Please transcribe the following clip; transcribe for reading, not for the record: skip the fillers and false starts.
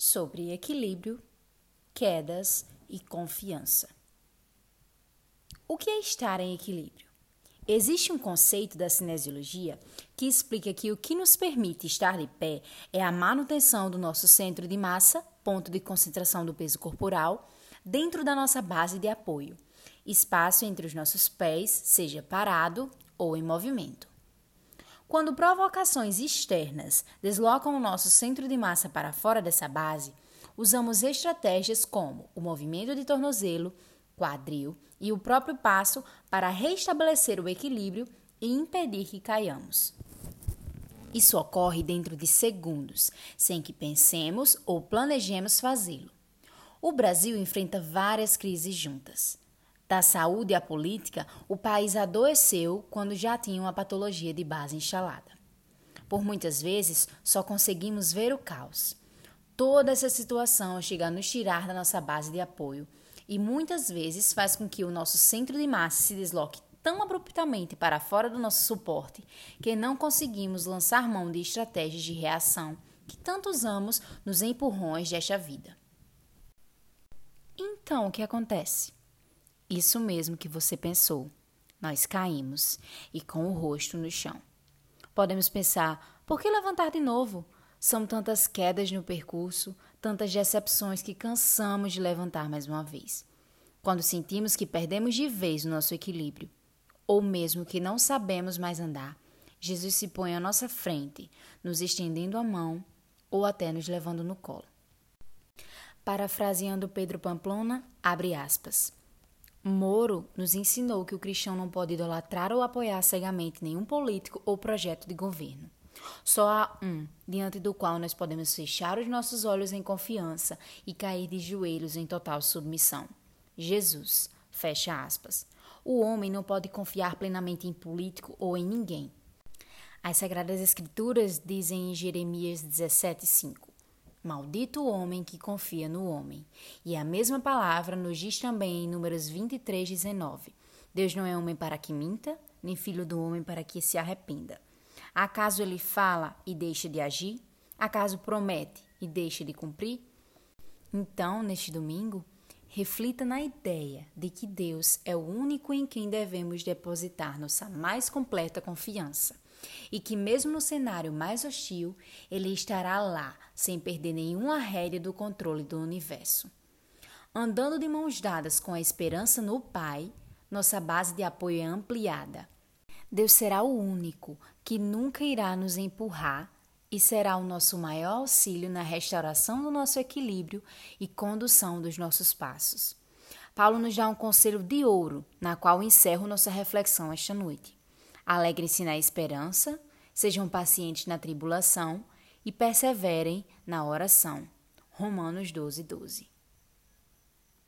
sobre equilíbrio, quedas e confiança. O que é estar em equilíbrio? Existe um conceito da cinesiologia que explica que o que nos permite estar de pé é a manutenção do nosso centro de massa, ponto de concentração do peso corporal, dentro da nossa base de apoio, espaço entre os nossos pés, seja parado ou em movimento. Quando provocações externas deslocam o nosso centro de massa para fora dessa base, usamos estratégias como o movimento de tornozelo, quadril e o próprio passo para restabelecer o equilíbrio e impedir que caiamos. Isso ocorre dentro de segundos, sem que pensemos ou planejemos fazê-lo. O Brasil enfrenta várias crises juntas. Da saúde à política, o país adoeceu quando já tinha uma patologia de base instalada. Por muitas vezes, só conseguimos ver o caos. Toda essa situação chega a nos tirar da nossa base de apoio e muitas vezes faz com que o nosso centro de massa se desloque tão abruptamente para fora do nosso suporte que não conseguimos lançar mão de estratégias de reação que tanto usamos nos empurrões desta vida. Então, o que acontece? Isso mesmo que você pensou. Nós caímos e com o rosto no chão. Podemos pensar, por que levantar de novo? São tantas quedas no percurso, tantas decepções que cansamos de levantar mais uma vez. Quando sentimos que perdemos de vez o nosso equilíbrio, ou mesmo que não sabemos mais andar, Jesus se põe à nossa frente, nos estendendo a mão ou até nos levando no colo. Parafraseando Pedro Pamplona, abre aspas. Moro nos ensinou que o cristão não pode idolatrar ou apoiar cegamente nenhum político ou projeto de governo. Só há um, diante do qual nós podemos fechar os nossos olhos em confiança e cair de joelhos em total submissão. Jesus, fecha aspas. O homem não pode confiar plenamente em político ou em ninguém. As Sagradas Escrituras dizem em Jeremias 17:5. Maldito o homem que confia no homem. E a mesma palavra nos diz também em Números 23:19. Deus não é homem para que minta, nem filho do homem para que se arrependa. Acaso ele fala e deixa de agir? Acaso promete e deixa de cumprir? Então, neste domingo, reflita na ideia de que Deus é o único em quem devemos depositar nossa mais completa confiança. E que mesmo no cenário mais hostil, Ele estará lá, sem perder nenhuma rédea do controle do universo. Andando de mãos dadas com a esperança no Pai, nossa base de apoio é ampliada. Deus será o único que nunca irá nos empurrar e será o nosso maior auxílio na restauração do nosso equilíbrio e condução dos nossos passos. Paulo nos dá um conselho de ouro, na qual encerro nossa reflexão esta noite. Alegrem-se na esperança, sejam pacientes na tribulação e perseverem na oração. Romanos 12:12.